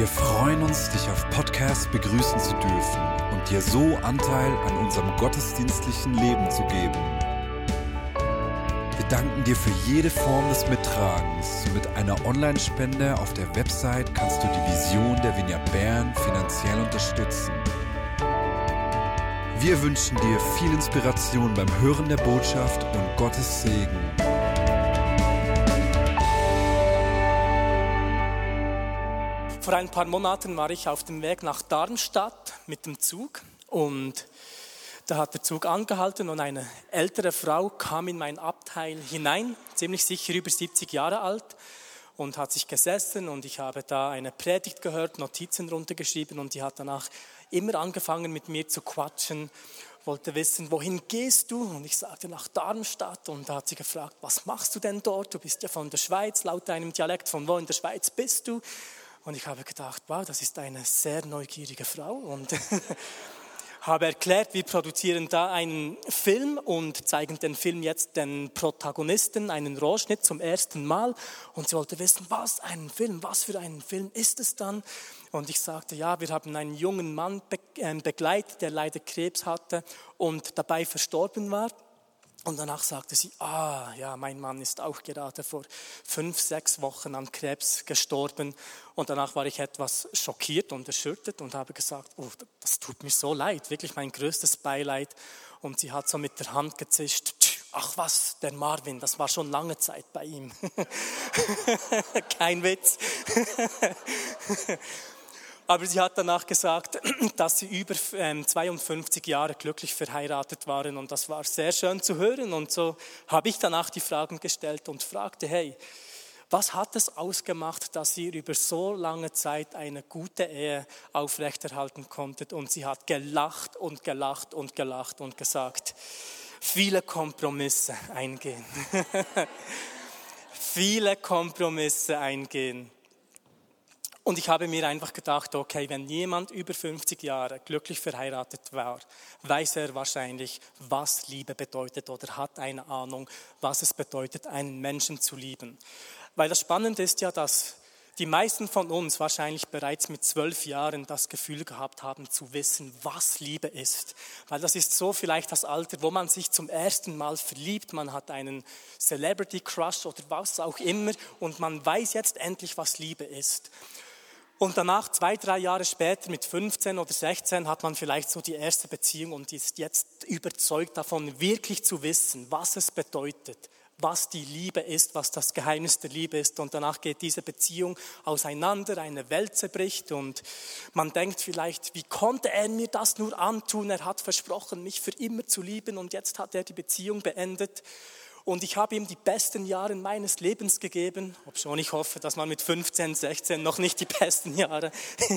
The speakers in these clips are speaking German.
Wir freuen uns, dich auf Podcast begrüßen zu dürfen und dir so Anteil an unserem gottesdienstlichen Leben zu geben. Wir danken dir für jede Form des Mittragens. Mit einer Online-Spende auf der Website kannst du die Vision der Vineyard Bern finanziell unterstützen. Wir wünschen dir viel Inspiration beim Hören der Botschaft und Gottes Segen. Vor ein paar Monaten war ich auf dem Weg nach Darmstadt mit dem Zug und da hat der Zug angehalten und eine ältere Frau kam in mein Abteil hinein, ziemlich sicher über 70 Jahre alt, und hat sich gesessen und ich habe da eine Predigt gehört, Notizen runtergeschrieben und die hat danach immer angefangen mit mir zu quatschen, wollte wissen, wohin gehst du? Und ich sagte, nach Darmstadt. Und da hat sie gefragt, was machst du denn dort? Du bist ja von der Schweiz, laut deinem Dialekt, von wo in der Schweiz bist du? Und ich habe gedacht, wow, das ist eine sehr neugierige Frau und habe erklärt, wir produzieren da einen Film und zeigen den Film jetzt den Protagonisten, einen Rohschnitt zum ersten Mal. Und sie wollte wissen, was für einen Film ist es dann? Und ich sagte, ja, wir haben einen jungen Mann begleitet, der leider Krebs hatte und dabei verstorben war. Und danach sagte sie, ja, mein Mann ist auch gerade vor 5-6 Wochen an Krebs gestorben. Und danach war ich etwas schockiert und erschüttert und habe gesagt, das tut mir so leid, wirklich mein größtes Beileid. Und sie hat so mit der Hand gezischt, ach was, der Marvin, das war schon lange Zeit bei ihm. Kein Witz. Aber sie hat danach gesagt, dass sie über 52 Jahre glücklich verheiratet waren und das war sehr schön zu hören. Und so habe ich danach die Fragen gestellt und fragte, hey, was hat es ausgemacht, dass ihr über so lange Zeit eine gute Ehe aufrechterhalten konntet? Und sie hat gelacht und gelacht und gelacht und gesagt, viele Kompromisse eingehen. Viele Kompromisse eingehen. Und ich habe mir einfach gedacht, okay, wenn jemand über 50 Jahre glücklich verheiratet war, weiß er wahrscheinlich, was Liebe bedeutet oder hat eine Ahnung, was es bedeutet, einen Menschen zu lieben. Weil das Spannende ist ja, dass die meisten von uns wahrscheinlich bereits mit 12 Jahren das Gefühl gehabt haben, zu wissen, was Liebe ist. Weil das ist so vielleicht das Alter, wo man sich zum ersten Mal verliebt, man hat einen Celebrity Crush oder was auch immer und man weiß jetzt endlich, was Liebe ist. Und danach, 2-3 Jahre später, mit 15 oder 16, hat man vielleicht so die erste Beziehung und ist jetzt überzeugt davon, wirklich zu wissen, was es bedeutet, was die Liebe ist, was das Geheimnis der Liebe ist. Und danach geht diese Beziehung auseinander, eine Welt zerbricht und man denkt vielleicht, wie konnte er mir das nur antun? Er hat versprochen, mich für immer zu lieben und jetzt hat er die Beziehung beendet. Und ich habe ihm die besten Jahre meines Lebens gegeben, obschon ich hoffe, dass man mit 15, 16 noch nicht die besten Jahre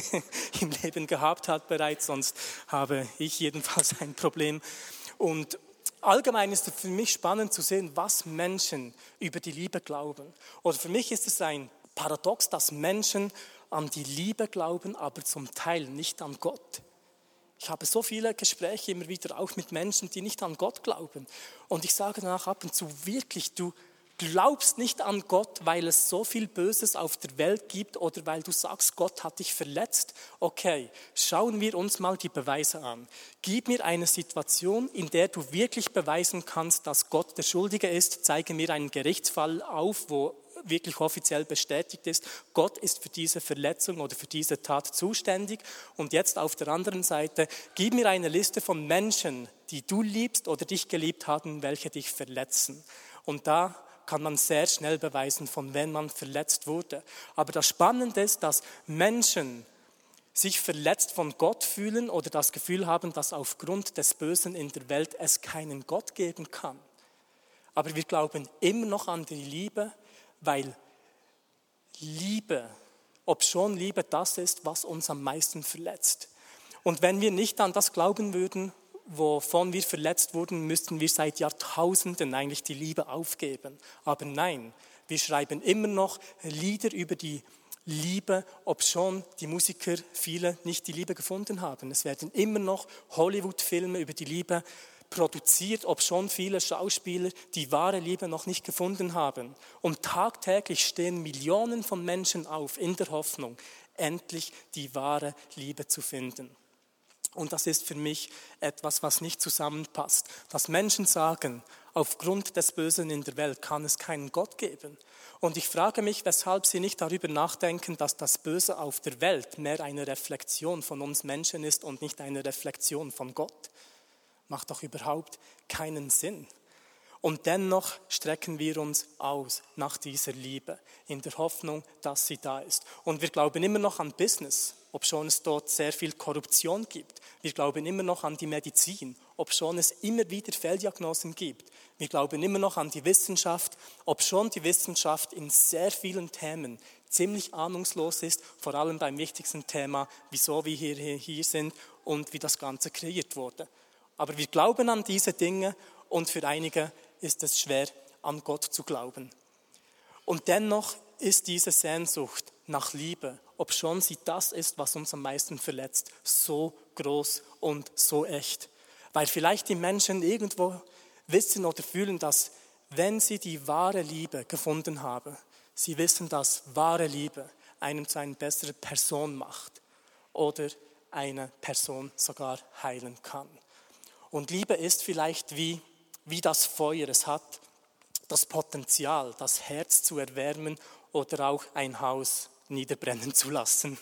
im Leben gehabt hat bereits, sonst habe ich jedenfalls ein Problem. Und allgemein ist es für mich spannend zu sehen, was Menschen über die Liebe glauben. Oder für mich ist es ein Paradox, dass Menschen an die Liebe glauben, aber zum Teil nicht an Gott. Ich habe so viele Gespräche immer wieder auch mit Menschen, die nicht an Gott glauben. Und ich sage danach ab und zu wirklich, du glaubst nicht an Gott, weil es so viel Böses auf der Welt gibt oder weil du sagst, Gott hat dich verletzt. Okay, schauen wir uns mal die Beweise an. Gib mir eine Situation, in der du wirklich beweisen kannst, dass Gott der Schuldige ist. Zeige mir einen Gerichtsfall auf, wo wirklich offiziell bestätigt ist, Gott ist für diese Verletzung oder für diese Tat zuständig. Und jetzt auf der anderen Seite, gib mir eine Liste von Menschen, die du liebst oder dich geliebt haben, welche dich verletzen. Und da kann man sehr schnell beweisen, von wem man verletzt wurde. Aber das Spannende ist, dass Menschen sich verletzt von Gott fühlen oder das Gefühl haben, dass aufgrund des Bösen in der Welt es keinen Gott geben kann. Aber wir glauben immer noch an die Liebe, weil Liebe, obschon Liebe das ist, was uns am meisten verletzt. Und wenn wir nicht an das glauben würden, wovon wir verletzt wurden, müssten wir seit Jahrtausenden eigentlich die Liebe aufgeben. Aber nein, wir schreiben immer noch Lieder über die Liebe, obschon die Musiker viele nicht die Liebe gefunden haben. Es werden immer noch Hollywood-Filme über die Liebe produziert, obschon viele Schauspieler die wahre Liebe noch nicht gefunden haben. Und tagtäglich stehen Millionen von Menschen auf in der Hoffnung, endlich die wahre Liebe zu finden. Und das ist für mich etwas, was nicht zusammenpasst. Dass Menschen sagen, aufgrund des Bösen in der Welt kann es keinen Gott geben. Und ich frage mich, weshalb sie nicht darüber nachdenken, dass das Böse auf der Welt mehr eine Reflexion von uns Menschen ist und nicht eine Reflexion von Gott. Macht doch überhaupt keinen Sinn. Und dennoch strecken wir uns aus nach dieser Liebe, in der Hoffnung, dass sie da ist. Und wir glauben immer noch an Business, obschon es dort sehr viel Korruption gibt. Wir glauben immer noch an die Medizin, obschon es immer wieder Fehldiagnosen gibt. Wir glauben immer noch an die Wissenschaft, obschon die Wissenschaft in sehr vielen Themen ziemlich ahnungslos ist, vor allem beim wichtigsten Thema, wieso wir hier sind und wie das Ganze kreiert wurde. Aber wir glauben an diese Dinge und für einige ist es schwer, an Gott zu glauben. Und dennoch ist diese Sehnsucht nach Liebe, obschon sie das ist, was uns am meisten verletzt, so groß und so echt. Weil vielleicht die Menschen irgendwo wissen oder fühlen, dass wenn sie die wahre Liebe gefunden haben, sie wissen, dass wahre Liebe einem zu einer besseren Person macht oder eine Person sogar heilen kann. Und Liebe ist vielleicht wie das Feuer. Es hat das Potenzial, das Herz zu erwärmen oder auch ein Haus niederbrennen zu lassen.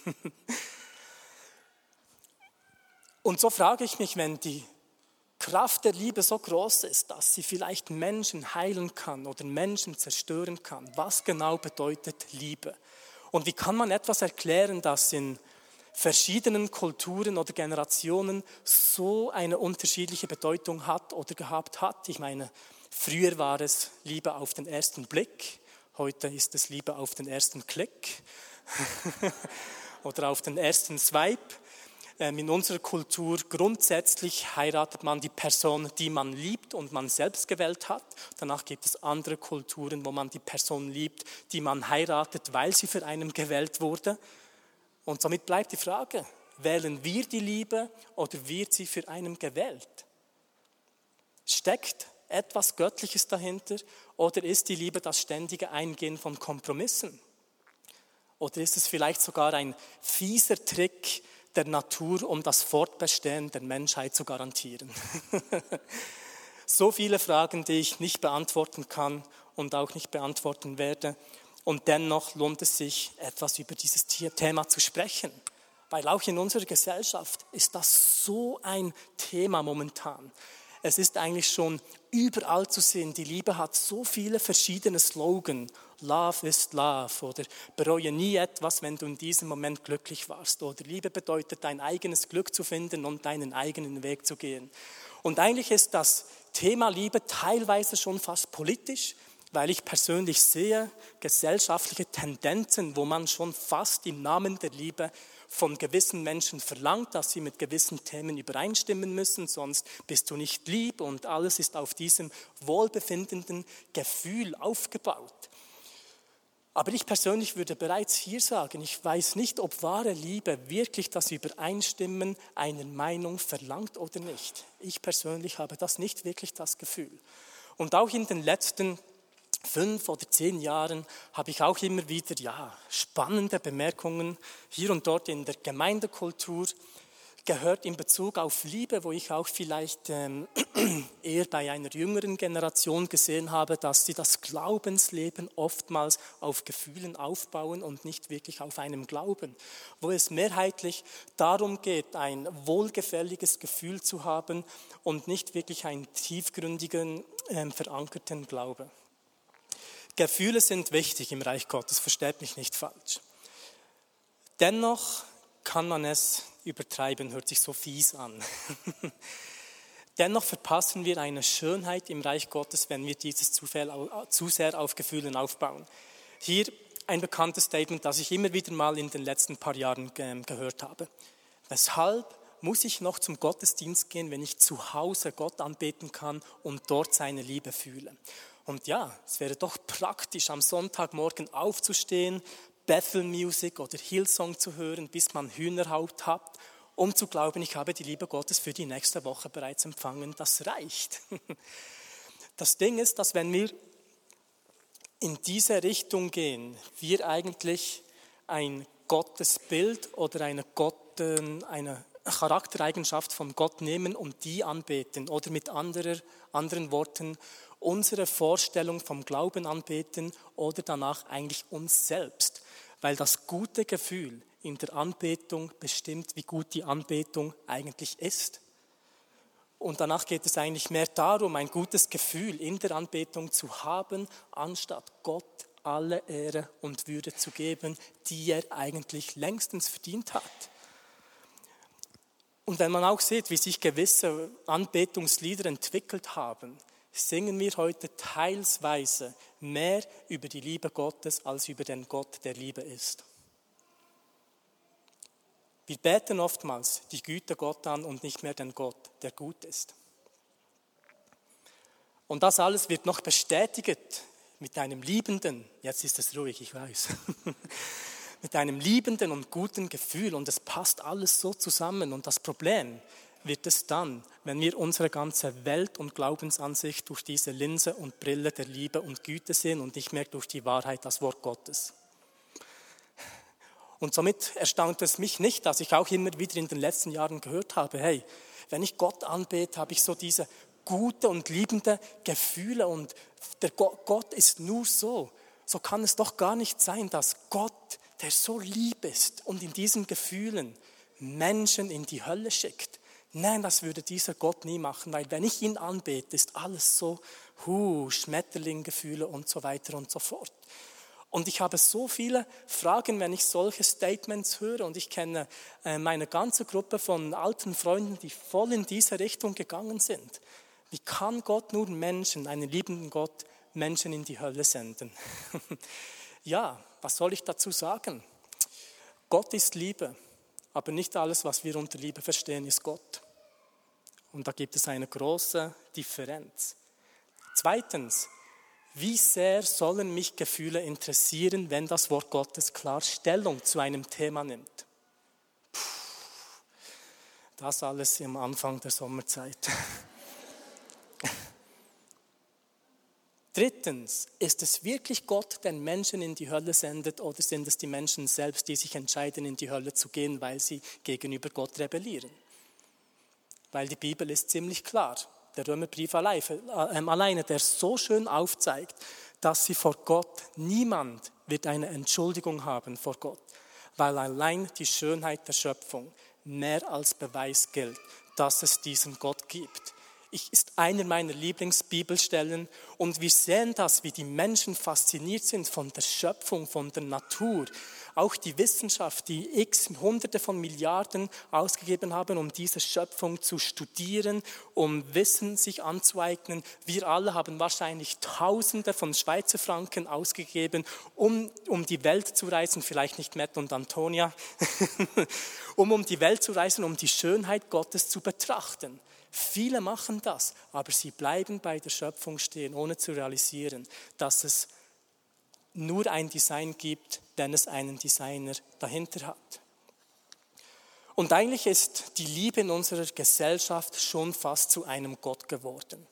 Und so frage ich mich, wenn die Kraft der Liebe so groß ist, dass sie vielleicht Menschen heilen kann oder Menschen zerstören kann, was genau bedeutet Liebe? Und wie kann man etwas erklären, das in verschiedenen Kulturen oder Generationen so eine unterschiedliche Bedeutung hat oder gehabt hat? Ich meine, früher war es Liebe auf den ersten Blick, heute ist es Liebe auf den ersten Klick oder auf den ersten Swipe. In unserer Kultur grundsätzlich heiratet man die Person, die man liebt und man selbst gewählt hat. Danach gibt es andere Kulturen, wo man die Person liebt, die man heiratet, weil sie für einen gewählt wurde. Und somit bleibt die Frage, wählen wir die Liebe oder wird sie für einen gewählt? Steckt etwas Göttliches dahinter oder ist die Liebe das ständige Eingehen von Kompromissen? Oder ist es vielleicht sogar ein fieser Trick der Natur, um das Fortbestehen der Menschheit zu garantieren? So viele Fragen, die ich nicht beantworten kann und auch nicht beantworten werde. Und dennoch lohnt es sich, etwas über dieses Thema zu sprechen. Weil auch in unserer Gesellschaft ist das so ein Thema momentan. Es ist eigentlich schon überall zu sehen. Die Liebe hat so viele verschiedene Slogans. Love is love oder bereue nie etwas, wenn du in diesem Moment glücklich warst. Oder Liebe bedeutet, dein eigenes Glück zu finden und deinen eigenen Weg zu gehen. Und eigentlich ist das Thema Liebe teilweise schon fast politisch, weil ich persönlich sehe gesellschaftliche Tendenzen, wo man schon fast im Namen der Liebe von gewissen Menschen verlangt, dass sie mit gewissen Themen übereinstimmen müssen, sonst bist du nicht lieb und alles ist auf diesem wohlbefindenden Gefühl aufgebaut. Aber ich persönlich würde bereits hier sagen, ich weiß nicht, ob wahre Liebe wirklich das Übereinstimmen einer Meinung verlangt oder nicht. Ich persönlich habe das nicht wirklich das Gefühl. Und auch in den letzten 5 oder 10 Jahren habe ich auch immer wieder spannende Bemerkungen hier und dort in der Gemeindekultur gehört in Bezug auf Liebe, wo ich auch vielleicht eher bei einer jüngeren Generation gesehen habe, dass sie das Glaubensleben oftmals auf Gefühlen aufbauen und nicht wirklich auf einem Glauben, wo es mehrheitlich darum geht, ein wohlgefälliges Gefühl zu haben und nicht wirklich einen tiefgründigen, verankerten Glaube. Gefühle sind wichtig im Reich Gottes, versteht mich nicht falsch. Dennoch kann man es übertreiben, hört sich so fies an. Dennoch verpassen wir eine Schönheit im Reich Gottes, wenn wir dieses zu sehr auf Gefühlen aufbauen. Hier ein bekanntes Statement, das ich immer wieder mal in den letzten paar Jahren gehört habe. Weshalb muss ich noch zum Gottesdienst gehen, wenn ich zu Hause Gott anbeten kann und dort seine Liebe fühle? Und ja, es wäre doch praktisch, am Sonntagmorgen aufzustehen, Bethel Music oder Hillsong zu hören, bis man Hühnerhaut hat, um zu glauben, ich habe die Liebe Gottes für die nächste Woche bereits empfangen. Das reicht. Das Ding ist, dass wenn wir in diese Richtung gehen, wir eigentlich ein Gottesbild oder eine Charaktereigenschaft von Gott nehmen und die anbeten oder mit anderen Worten unsere Vorstellung vom Glauben anbeten oder danach eigentlich uns selbst. Weil das gute Gefühl in der Anbetung bestimmt, wie gut die Anbetung eigentlich ist. Und danach geht es eigentlich mehr darum, ein gutes Gefühl in der Anbetung zu haben, anstatt Gott alle Ehre und Würde zu geben, die er eigentlich längstens verdient hat. Und wenn man auch sieht, wie sich gewisse Anbetungslieder entwickelt haben, singen wir heute teilsweise mehr über die Liebe Gottes als über den Gott, der Liebe ist. Wir beten oftmals die Güte Gott an und nicht mehr den Gott, der gut ist. Und das alles wird noch bestätigt mit einem liebenden, jetzt ist es ruhig, ich weiß, mit einem liebenden und guten Gefühl und es passt alles so zusammen. Und das Problem wird es dann, wenn wir unsere ganze Welt- und Glaubensansicht durch diese Linse und Brille der Liebe und Güte sehen und nicht mehr durch die Wahrheit, das Wort Gottes. Und somit erstaunt es mich nicht, dass ich auch immer wieder in den letzten Jahren gehört habe, hey, wenn ich Gott anbete, habe ich so diese gute und liebende Gefühle und der Gott ist nur so. So kann es doch gar nicht sein, dass Gott, der so lieb ist und in diesen Gefühlen Menschen in die Hölle schickt. Nein, das würde dieser Gott nie machen, weil wenn ich ihn anbete, ist alles so Schmetterlinggefühle und so weiter und so fort. Und ich habe so viele Fragen, wenn ich solche Statements höre. Und ich kenne meine ganze Gruppe von alten Freunden, die voll in diese Richtung gegangen sind. Wie kann Gott nur Menschen, einen liebenden Gott, Menschen in die Hölle senden? Ja, was soll ich dazu sagen? Gott ist Liebe, aber nicht alles, was wir unter Liebe verstehen, ist Gott. Und da gibt es eine große Differenz. Zweitens, wie sehr sollen mich Gefühle interessieren, wenn das Wort Gottes klar Stellung zu einem Thema nimmt? Das alles am Anfang der Sommerzeit. Drittens, ist es wirklich Gott, der Menschen in die Hölle sendet, oder sind es die Menschen selbst, die sich entscheiden, in die Hölle zu gehen, weil sie gegenüber Gott rebellieren? Weil die Bibel ist ziemlich klar. Der Römerbrief alleine, der so schön aufzeigt, dass sie vor Gott, niemand wird eine Entschuldigung haben vor Gott, weil allein die Schönheit der Schöpfung mehr als Beweis gilt, dass es diesen Gott gibt. Ist einer meiner Lieblingsbibelstellen und wir sehen das, wie die Menschen fasziniert sind von der Schöpfung, von der Natur. Auch die Wissenschaft, die Hunderte von Milliarden ausgegeben haben, um diese Schöpfung zu studieren, um Wissen sich anzueignen. Wir alle haben wahrscheinlich Tausende von Schweizer Franken ausgegeben, um die Welt zu reisen, vielleicht nicht Matt und Antonia, um die Welt zu reisen, um die Schönheit Gottes zu betrachten. Viele machen das, aber sie bleiben bei der Schöpfung stehen, ohne zu realisieren, dass es nur ein Design gibt, wenn es einen Designer dahinter hat. Und eigentlich ist die Liebe in unserer Gesellschaft schon fast zu einem Gott geworden.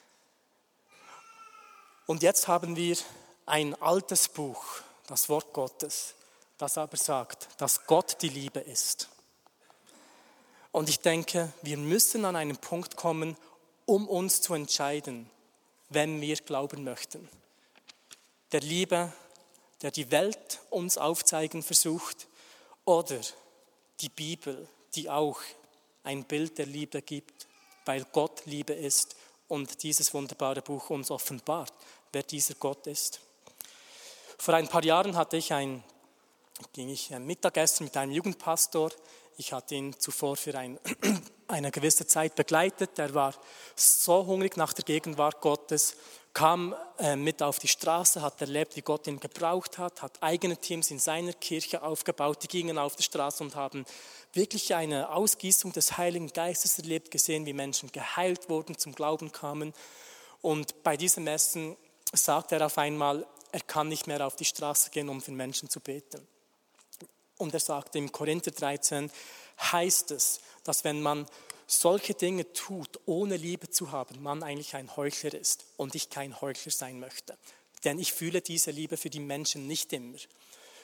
Und jetzt haben wir ein altes Buch, das Wort Gottes, das aber sagt, dass Gott die Liebe ist. Und ich denke, wir müssen an einen Punkt kommen, um uns zu entscheiden, wenn wir glauben möchten. Der Liebe, der die Welt uns aufzeigen versucht, oder die Bibel, die auch ein Bild der Liebe gibt, weil Gott Liebe ist und dieses wunderbare Buch uns offenbart, wer dieser Gott ist. Vor ein paar Jahren ging ich Mittagessen mit einem Jugendpastor. Ich hatte ihn zuvor für eine gewisse Zeit begleitet. Er war so hungrig nach der Gegenwart Gottes, kam mit auf die Straße, hat erlebt, wie Gott ihn gebraucht hat eigene Teams in seiner Kirche aufgebaut, die gingen auf die Straße und haben wirklich eine Ausgießung des Heiligen Geistes erlebt, gesehen, wie Menschen geheilt wurden, zum Glauben kamen. Und bei diesem Essen sagt er auf einmal, er kann nicht mehr auf die Straße gehen, um für Menschen zu beten. Und er sagte, im Korinther 13 heißt es, dass wenn man solche Dinge tut, ohne Liebe zu haben, man eigentlich ein Heuchler ist und ich kein Heuchler sein möchte. Denn ich fühle diese Liebe für die Menschen nicht immer.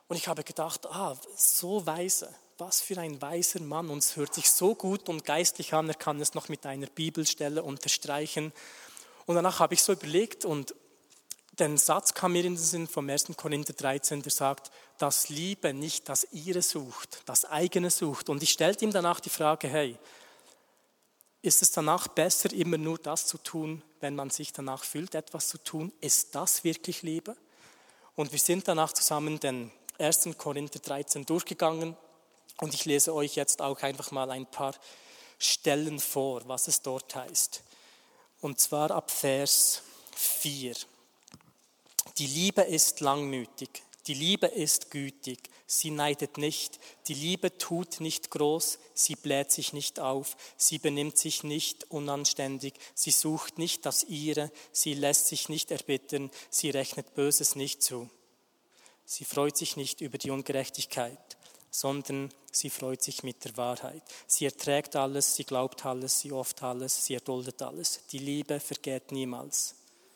Und ich habe gedacht, so weise, was für ein weiser Mann. Und es hört sich so gut und geistlich an, er kann es noch mit einer Bibelstelle unterstreichen. Und danach habe ich so überlegt und den Satz kam mir in den Sinn vom 1. Korinther 13, der sagt, dass Liebe nicht das ihre sucht, das eigene sucht. Und ich stellte ihm danach die Frage, hey, ist es danach besser, immer nur das zu tun, wenn man sich danach fühlt, etwas zu tun? Ist das wirklich Liebe? Und wir sind danach zusammen den 1. Korinther 13 durchgegangen und ich lese euch jetzt auch einfach mal ein paar Stellen vor, was es dort heißt. Und zwar ab Vers 4. Die Liebe ist langmütig, die Liebe ist gütig, sie neidet nicht, die Liebe tut nicht groß, sie bläht sich nicht auf, sie benimmt sich nicht unanständig, sie sucht nicht das ihre, sie lässt sich nicht erbittern, sie rechnet Böses nicht zu. Sie freut sich nicht über die Ungerechtigkeit, sondern sie freut sich mit der Wahrheit. Sie erträgt alles, sie glaubt alles, sie hofft alles, sie erduldet alles. Die Liebe vergeht niemals.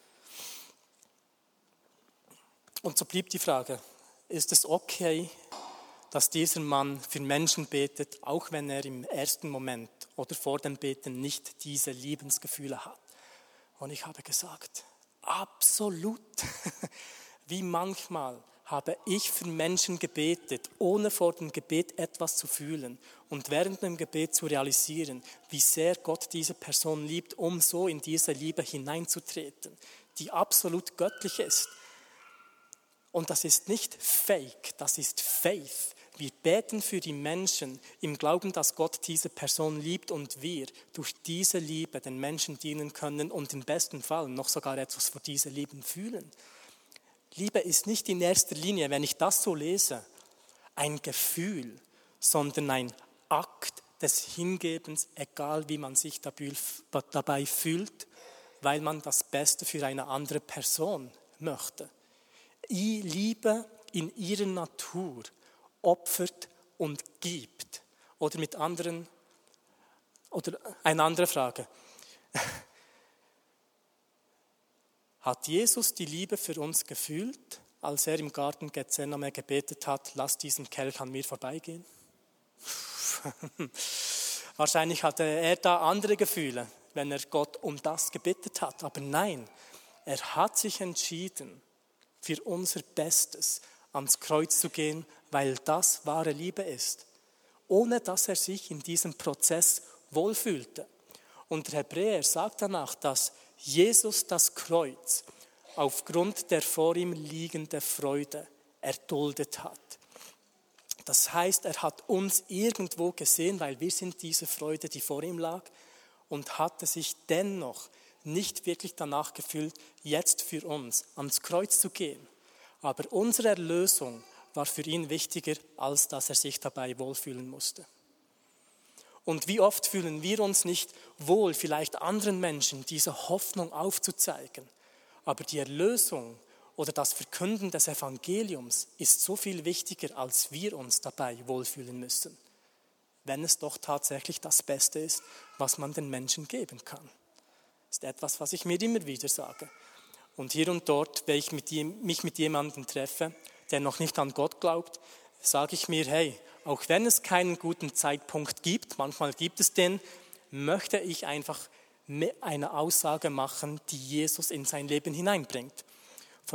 Und so blieb die Frage, ist es okay, dass dieser Mann für Menschen betet, auch wenn er im ersten Moment oder vor dem Beten nicht diese Liebensgefühle hat? Und ich habe gesagt, absolut. Wie manchmal habe ich für Menschen gebetet, ohne vor dem Gebet etwas zu fühlen und während dem Gebet zu realisieren, wie sehr Gott diese Person liebt, um so in diese Liebe hineinzutreten, die absolut göttlich ist. Und das ist nicht Fake, das ist Faith. Wir beten für die Menschen im Glauben, dass Gott diese Person liebt und wir durch diese Liebe den Menschen dienen können und im besten Fall noch sogar etwas für diese Liebe fühlen. Liebe ist nicht in erster Linie, wenn ich das so lese, ein Gefühl, sondern ein Akt des Hingebens, egal wie man sich dabei fühlt, weil man das Beste für eine andere Person möchte. Liebe in ihrer Natur opfert und gibt. Oder mit anderen, oder eine andere Frage. Hat Jesus die Liebe für uns gefühlt, als er im Garten Gethsemane gebetet hat, lass diesen Kelch an mir vorbeigehen? Wahrscheinlich hatte er da andere Gefühle, wenn er Gott um das gebeten hat. Aber nein, er hat sich entschieden, für unser Bestes ans Kreuz zu gehen, weil das wahre Liebe ist, ohne dass er sich in diesem Prozess wohlfühlte. Und der Hebräer sagt danach, dass Jesus das Kreuz aufgrund der vor ihm liegenden Freude erduldet hat. Das heißt, er hat uns irgendwo gesehen, weil wir sind diese Freude, die vor ihm lag, und hatte sich dennoch nicht wirklich danach gefühlt, jetzt für uns ans Kreuz zu gehen. Aber unsere Erlösung war für ihn wichtiger, als dass er sich dabei wohlfühlen musste. Und wie oft fühlen wir uns nicht wohl, vielleicht anderen Menschen diese Hoffnung aufzuzeigen. Aber die Erlösung oder das Verkünden des Evangeliums ist so viel wichtiger, als wir uns dabei wohlfühlen müssen. Wenn es doch tatsächlich das Beste ist, was man den Menschen geben kann. Das ist etwas, was ich mir immer wieder sage. Und hier und dort, wenn ich mich mit jemandem treffe, der noch nicht an Gott glaubt, sage ich mir, hey, auch wenn es keinen guten Zeitpunkt gibt, manchmal gibt es den, möchte ich einfach eine Aussage machen, die Jesus in sein Leben hineinbringt. Vor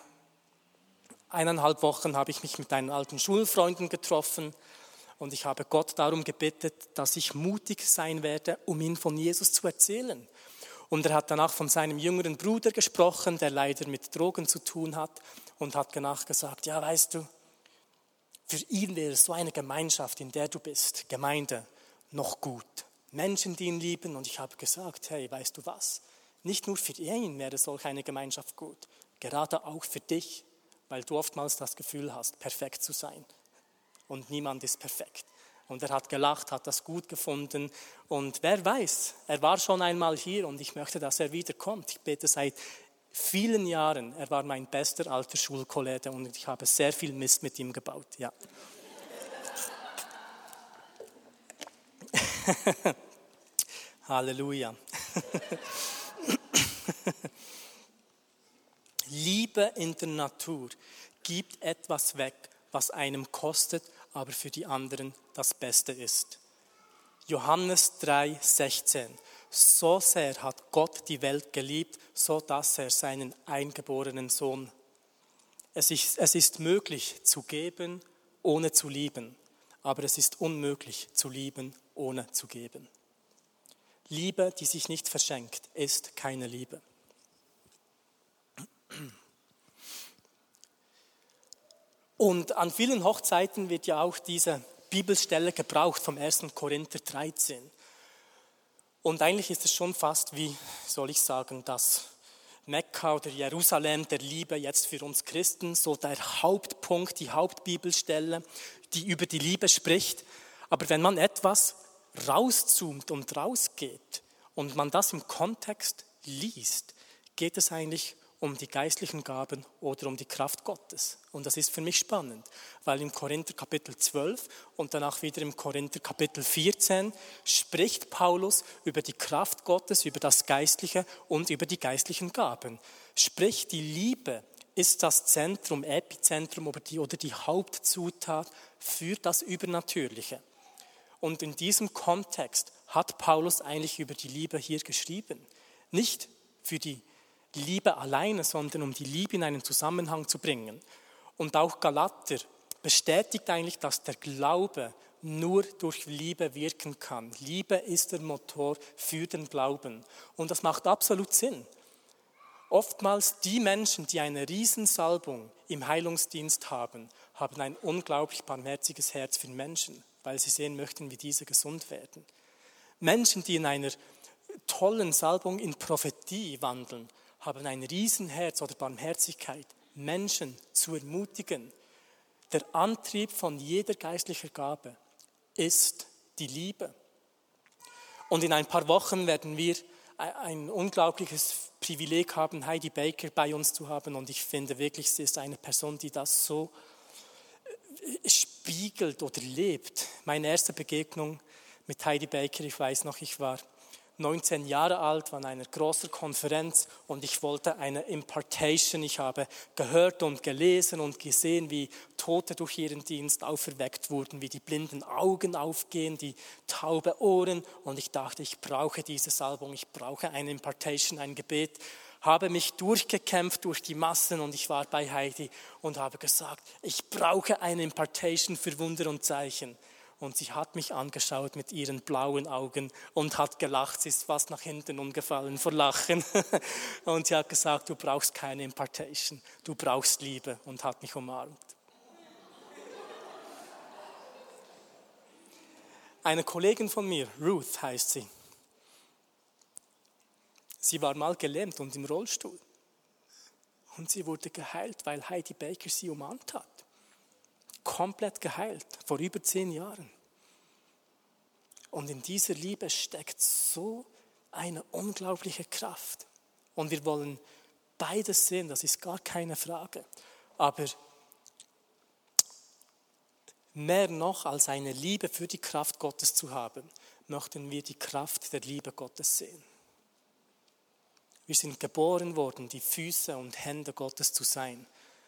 1,5 Wochen habe ich mich mit einem alten Schulfreunden getroffen und ich habe Gott darum gebeten, dass ich mutig sein werde, um ihn von Jesus zu erzählen. Und er hat danach von seinem jüngeren Bruder gesprochen, der leider mit Drogen zu tun hat, und hat danach gesagt, ja, weißt du, für ihn wäre so eine Gemeinschaft, in der du bist, Gemeinde, noch gut. Menschen, die ihn lieben. Und ich habe gesagt, hey, weißt du was? Nicht nur für ihn wäre solch eine Gemeinschaft gut, gerade auch für dich, weil du oftmals das Gefühl hast, perfekt zu sein. Und niemand ist perfekt. Und er hat gelacht, hat das gut gefunden. Und wer weiß, er war schon einmal hier und ich möchte, dass er wiederkommt. Ich bete seit vielen Jahren. Er war mein bester alter Schulkollege und ich habe sehr viel Mist mit ihm gebaut. Ja. Halleluja. Liebe in der Natur gibt etwas weg, was einem kostet, aber für die anderen das Beste ist. Johannes 3,16. So sehr hat Gott die Welt geliebt, so dass er seinen eingeborenen Sohn. Es ist möglich zu geben, ohne zu lieben, aber es ist unmöglich zu lieben, ohne zu geben. Liebe, die sich nicht verschenkt, ist keine Liebe. Und an vielen Hochzeiten wird ja auch diese Bibelstelle gebraucht vom 1. Korinther 13. Und eigentlich ist es schon fast wie, soll ich sagen, das Mekka oder Jerusalem der Liebe jetzt für uns Christen, so der Hauptpunkt, die Hauptbibelstelle, die über die Liebe spricht. Aber wenn man etwas rauszoomt und rausgeht und man das im Kontext liest, geht es eigentlich um die geistlichen Gaben oder um die Kraft Gottes. Und das ist für mich spannend, weil im Korinther Kapitel 12 und danach wieder im Korinther Kapitel 14 spricht Paulus über die Kraft Gottes, über das Geistliche und über die geistlichen Gaben. Sprich, die Liebe ist das Zentrum, Epizentrum oder die Hauptzutat für das Übernatürliche. Und in diesem Kontext hat Paulus eigentlich über die Liebe hier geschrieben. Nicht für die Liebe alleine, sondern um die Liebe in einen Zusammenhang zu bringen. Und auch Galater bestätigt eigentlich, dass der Glaube nur durch Liebe wirken kann. Liebe ist der Motor für den Glauben. Und das macht absolut Sinn. Oftmals die Menschen, die eine Riesensalbung im Heilungsdienst haben, haben ein unglaublich barmherziges Herz für Menschen, weil sie sehen möchten, wie diese gesund werden. Menschen, die in einer tollen Salbung in Prophetie wandeln, haben ein Riesenherz oder Barmherzigkeit, Menschen zu ermutigen. Der Antrieb von jeder geistlichen Gabe ist die Liebe. Und in ein paar Wochen werden wir ein unglaubliches Privileg haben, Heidi Baker bei uns zu haben. Und ich finde wirklich, sie ist eine Person, die das so spiegelt oder lebt. Meine erste Begegnung mit Heidi Baker, ich weiß noch, ich war 19 Jahre alt, war an einer großen Konferenz und ich wollte eine Impartation. Ich habe gehört und gelesen und gesehen, wie Tote durch ihren Dienst auferweckt wurden, wie die blinden Augen aufgehen, die taube Ohren. Und ich dachte, ich brauche diese Salbung, ich brauche eine Impartation, ein Gebet. Habe mich durchgekämpft durch die Massen und ich war bei Heidi und habe gesagt, ich brauche eine Impartation für Wunder und Zeichen. Und sie hat mich angeschaut mit ihren blauen Augen und hat gelacht. Sie ist fast nach hinten umgefallen vor Lachen. Und sie hat gesagt, du brauchst keine Impartation, du brauchst Liebe, und hat mich umarmt. Eine Kollegin von mir, Ruth heißt sie, sie war mal gelähmt und im Rollstuhl. Und sie wurde geheilt, weil Heidi Baker sie umarmt hat. Komplett geheilt, vor über 10 Jahren. Und in dieser Liebe steckt so eine unglaubliche Kraft. Und wir wollen beides sehen, das ist gar keine Frage. Aber mehr noch als eine Liebe für die Kraft Gottes zu haben, möchten wir die Kraft der Liebe Gottes sehen. Wir sind geboren worden, die Füße und Hände Gottes zu sein.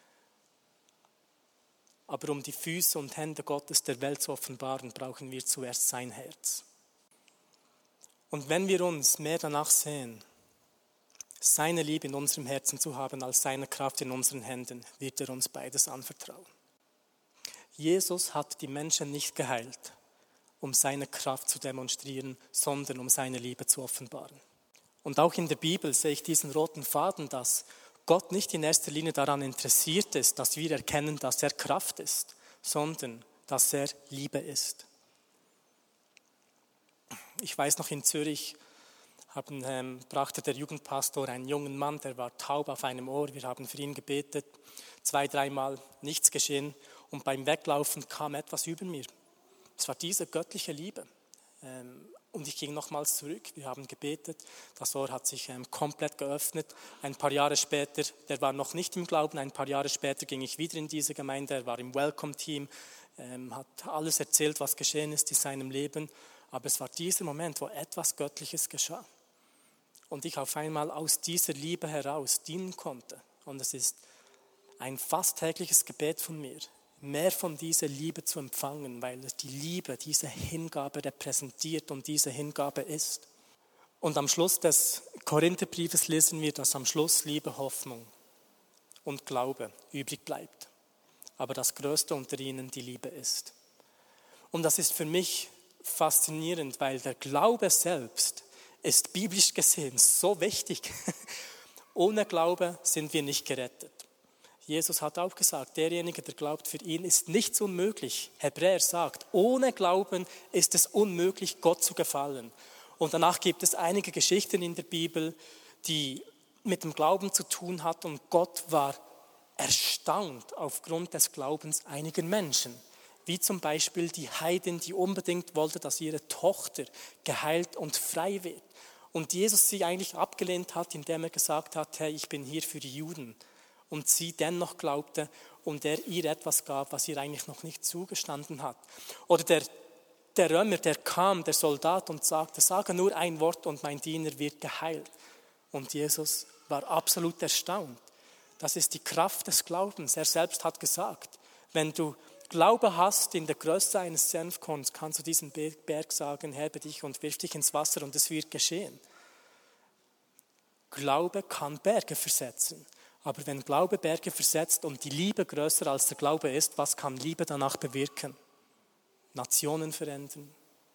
Aber um die Füße und Hände Gottes der Welt zu offenbaren, brauchen wir zuerst sein Herz. Und wenn wir uns mehr danach sehen, seine Liebe in unserem Herzen zu haben, als seine Kraft in unseren Händen, wird er uns beides anvertrauen. Jesus hat die Menschen nicht geheilt, um seine Kraft zu demonstrieren, sondern um seine Liebe zu offenbaren. Und auch in der Bibel sehe ich diesen roten Faden, dass Gott nicht in erster Linie daran interessiert ist, dass wir erkennen, dass er Kraft ist, sondern dass er Liebe ist. Ich weiß noch, in Zürich brachte der Jugendpastor einen jungen Mann, der war taub auf einem Ohr. Wir haben für ihn gebetet, 2-3 Mal, nichts geschehen. Und beim Weglaufen kam etwas über mir. Es war diese göttliche Liebe. Und ich ging nochmals zurück, wir haben gebetet, das Ohr hat sich komplett geöffnet. Ein paar Jahre später, der war noch nicht im Glauben, ein paar Jahre später ging ich wieder in diese Gemeinde, er war im Welcome-Team, hat alles erzählt, was geschehen ist in seinem Leben. Aber es war dieser Moment, wo etwas Göttliches geschah. Und ich auf einmal aus dieser Liebe heraus dienen konnte. Und es ist ein fast tägliches Gebet von mir, mehr von dieser Liebe zu empfangen, weil die Liebe diese Hingabe repräsentiert und diese Hingabe ist. Und am Schluss des Korintherbriefes lesen wir, dass am Schluss Liebe, Hoffnung und Glaube übrig bleibt. Aber das Größte unter ihnen die Liebe ist. Und das ist für mich faszinierend, weil der Glaube selbst ist biblisch gesehen so wichtig. Ohne Glaube sind wir nicht gerettet. Jesus hat auch gesagt, derjenige, der glaubt, für ihn ist nichts unmöglich. Hebräer sagt, ohne Glauben ist es unmöglich, Gott zu gefallen. Und danach gibt es einige Geschichten in der Bibel, die mit dem Glauben zu tun hat. Und Gott war erstaunt aufgrund des Glaubens einiger Menschen. Wie zum Beispiel die Heidin, die unbedingt wollte, dass ihre Tochter geheilt und frei wird. Und Jesus sie eigentlich abgelehnt hat, indem er gesagt hat, hey, ich bin hier für die Juden. Und sie dennoch glaubte und er ihr etwas gab, was ihr eigentlich noch nicht zugestanden hat. Oder der Römer, der kam, der Soldat und sagte, sage nur ein Wort und mein Diener wird geheilt. Und Jesus war absolut erstaunt. Das ist die Kraft des Glaubens. Er selbst hat gesagt, wenn du Glaube hast in der Größe eines Senfkorns, kannst du diesem Berg sagen, hebe dich und wirf dich ins Wasser und es wird geschehen. Glaube kann Berge versetzen. Aber wenn Glaube Berge versetzt und die Liebe größer als der Glaube ist, was kann Liebe danach bewirken? Nationen verändern,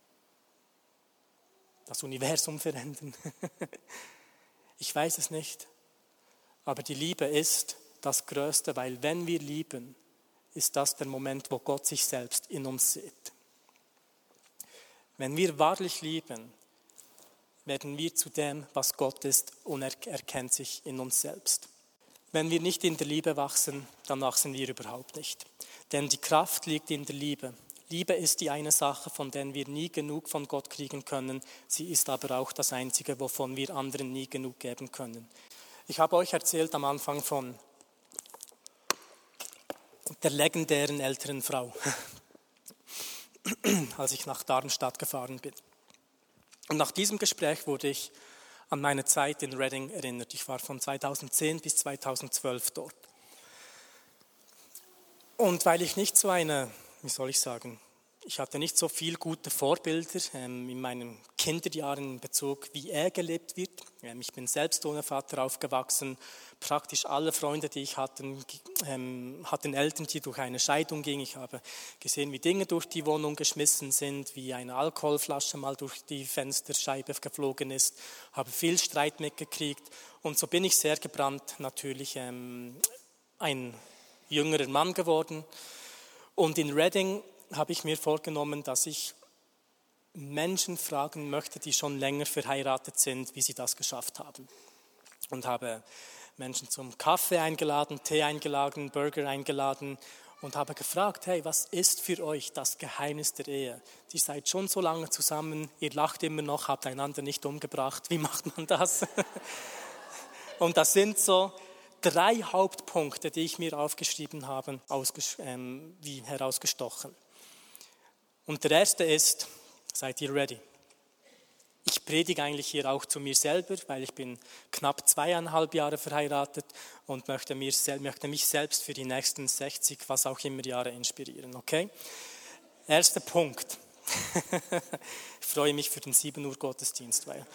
das Universum verändern. Ich weiß es nicht. Aber die Liebe ist das Größte, weil wenn wir lieben, ist das der Moment, wo Gott sich selbst in uns sieht. Wenn wir wahrlich lieben, werden wir zu dem, was Gott ist, und er erkennt sich in uns selbst. Wenn wir nicht in der Liebe wachsen, dann wachsen wir überhaupt nicht. Denn die Kraft liegt in der Liebe. Liebe ist die eine Sache, von der wir nie genug von Gott kriegen können. Sie ist aber auch das Einzige, wovon wir anderen nie genug geben können. Ich habe euch erzählt am Anfang von der legendären älteren Frau, als ich nach Darmstadt gefahren bin. Und nach diesem Gespräch wurde ich an meine Zeit in Reading erinnert. Ich war von 2010 bis 2012 dort. Und weil ich nicht so ich hatte nicht so viele gute Vorbilder in meinen Kinderjahren in Bezug, wie gelebt wird. Ich bin selbst ohne Vater aufgewachsen. Praktisch alle Freunde, die ich hatte, hatten Eltern, die durch eine Scheidung gingen. Ich habe gesehen, wie Dinge durch die Wohnung geschmissen sind, wie eine Alkoholflasche mal durch die Fensterscheibe geflogen ist. Habe viel Streit mitgekriegt. Und so bin ich sehr gebrannt natürlich ein jüngerer Mann geworden. Und in Reading habe ich mir vorgenommen, dass ich Menschen fragen möchte, die schon länger verheiratet sind, wie sie das geschafft haben. Und habe Menschen zum Kaffee eingeladen, Tee eingeladen, Burger eingeladen und habe gefragt, hey, was ist für euch das Geheimnis der Ehe? Ihr seid schon so lange zusammen, ihr lacht immer noch, habt einander nicht umgebracht. Wie macht man das? Und das sind so 3 Hauptpunkte, die ich mir aufgeschrieben habe, wie herausgestochen. Und der erste ist, seid ihr ready? Ich predige eigentlich hier auch zu mir selber, weil ich bin knapp 2,5 Jahre verheiratet und möchte mich selbst für die nächsten 60, was auch immer Jahre inspirieren, okay? Erster Punkt. Ich freue mich für den 7 Uhr Gottesdienst, weil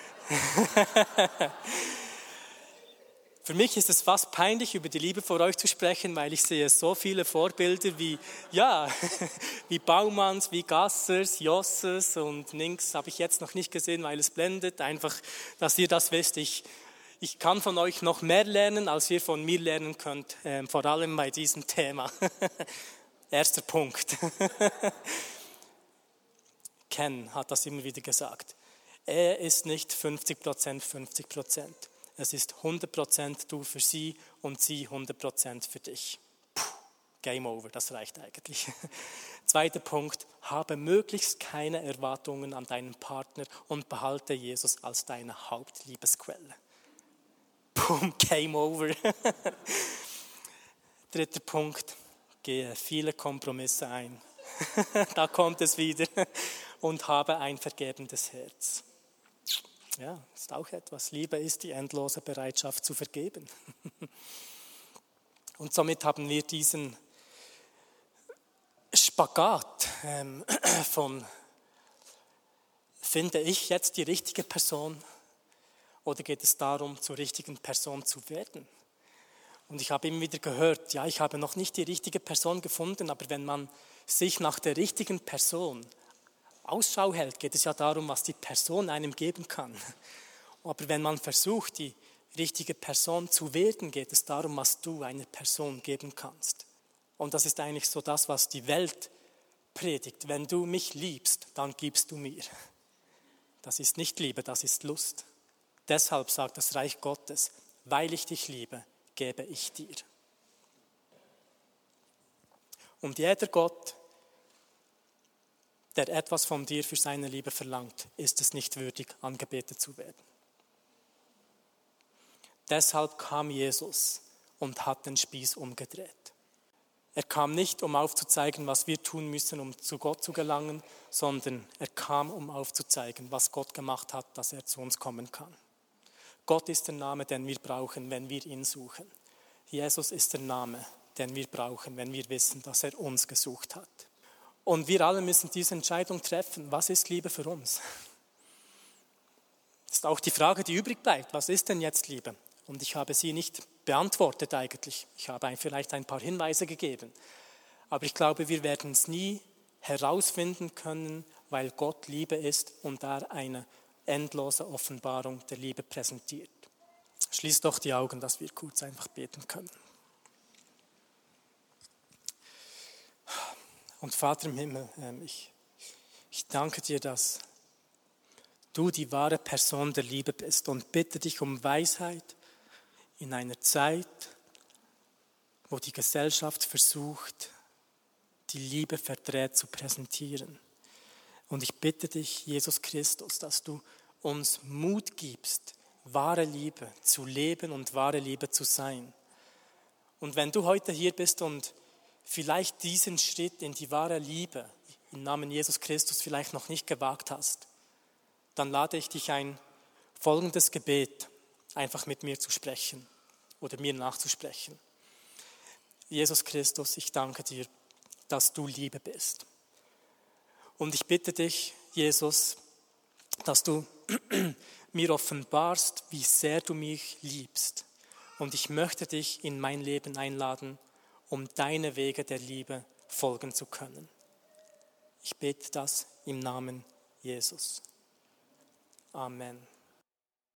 für mich ist es fast peinlich, über die Liebe vor euch zu sprechen, weil ich sehe so viele Vorbilder wie Baumanns, wie Gassers, Josses und Ninks habe ich jetzt noch nicht gesehen, weil es blendet. Einfach, dass ihr das wisst. Ich kann von euch noch mehr lernen, als ihr von mir lernen könnt, vor allem bei diesem Thema. Erster Punkt. Ken hat das immer wieder gesagt. Ehe ist nicht 50%, 50%. Es ist 100% du für sie und sie 100% für dich. Puh, Game over, das reicht eigentlich. Zweiter Punkt, habe möglichst keine Erwartungen an deinen Partner und behalte Jesus als deine Hauptliebesquelle. Boom, Game over. Dritter Punkt, gehe viele Kompromisse ein. Da kommt es wieder. Und habe ein vergebendes Herz. Ja, ist auch etwas. Liebe ist die endlose Bereitschaft zu vergeben. Und somit haben wir diesen Spagat von, finde ich jetzt die richtige Person oder geht es darum, zur richtigen Person zu werden? Und ich habe immer wieder gehört, ja, ich habe noch nicht die richtige Person gefunden, aber wenn man sich nach der richtigen Person Ausschau hält, geht es ja darum, was die Person einem geben kann. Aber wenn man versucht, die richtige Person zu werden, geht es darum, was du einer Person geben kannst. Und das ist eigentlich so das, was die Welt predigt. Wenn du mich liebst, dann gibst du mir. Das ist nicht Liebe, das ist Lust. Deshalb sagt das Reich Gottes, weil ich dich liebe, gebe ich dir. Und jeder Gott, der etwas von dir für seine Liebe verlangt, ist es nicht würdig, angebetet zu werden. Deshalb kam Jesus und hat den Spieß umgedreht. Er kam nicht, um aufzuzeigen, was wir tun müssen, um zu Gott zu gelangen, sondern er kam, um aufzuzeigen, was Gott gemacht hat, dass er zu uns kommen kann. Gott ist der Name, den wir brauchen, wenn wir ihn suchen. Jesus ist der Name, den wir brauchen, wenn wir wissen, dass er uns gesucht hat. Und wir alle müssen diese Entscheidung treffen. Was ist Liebe für uns? Das ist auch die Frage, die übrig bleibt. Was ist denn jetzt Liebe? Und ich habe sie nicht beantwortet eigentlich. Ich habe vielleicht ein paar Hinweise gegeben. Aber ich glaube, wir werden es nie herausfinden können, weil Gott Liebe ist und da eine endlose Offenbarung der Liebe präsentiert. Schließ doch die Augen, dass wir kurz einfach beten können. Und Vater im Himmel, ich danke dir, dass du die wahre Person der Liebe bist und bitte dich um Weisheit in einer Zeit, wo die Gesellschaft versucht, die Liebe verdreht zu präsentieren. Und ich bitte dich, Jesus Christus, dass du uns Mut gibst, wahre Liebe zu leben und wahre Liebe zu sein. Und wenn du heute hier bist und vielleicht diesen Schritt in die wahre Liebe im Namen Jesus Christus vielleicht noch nicht gewagt hast, dann lade ich dich ein, folgendes Gebet einfach mit mir zu sprechen oder mir nachzusprechen. Jesus Christus, ich danke dir, dass du Liebe bist. Und ich bitte dich, Jesus, dass du mir offenbarst, wie sehr du mich liebst. Und ich möchte dich in mein Leben einladen, um deine Wege der Liebe folgen zu können. Ich bete das im Namen Jesus. Amen.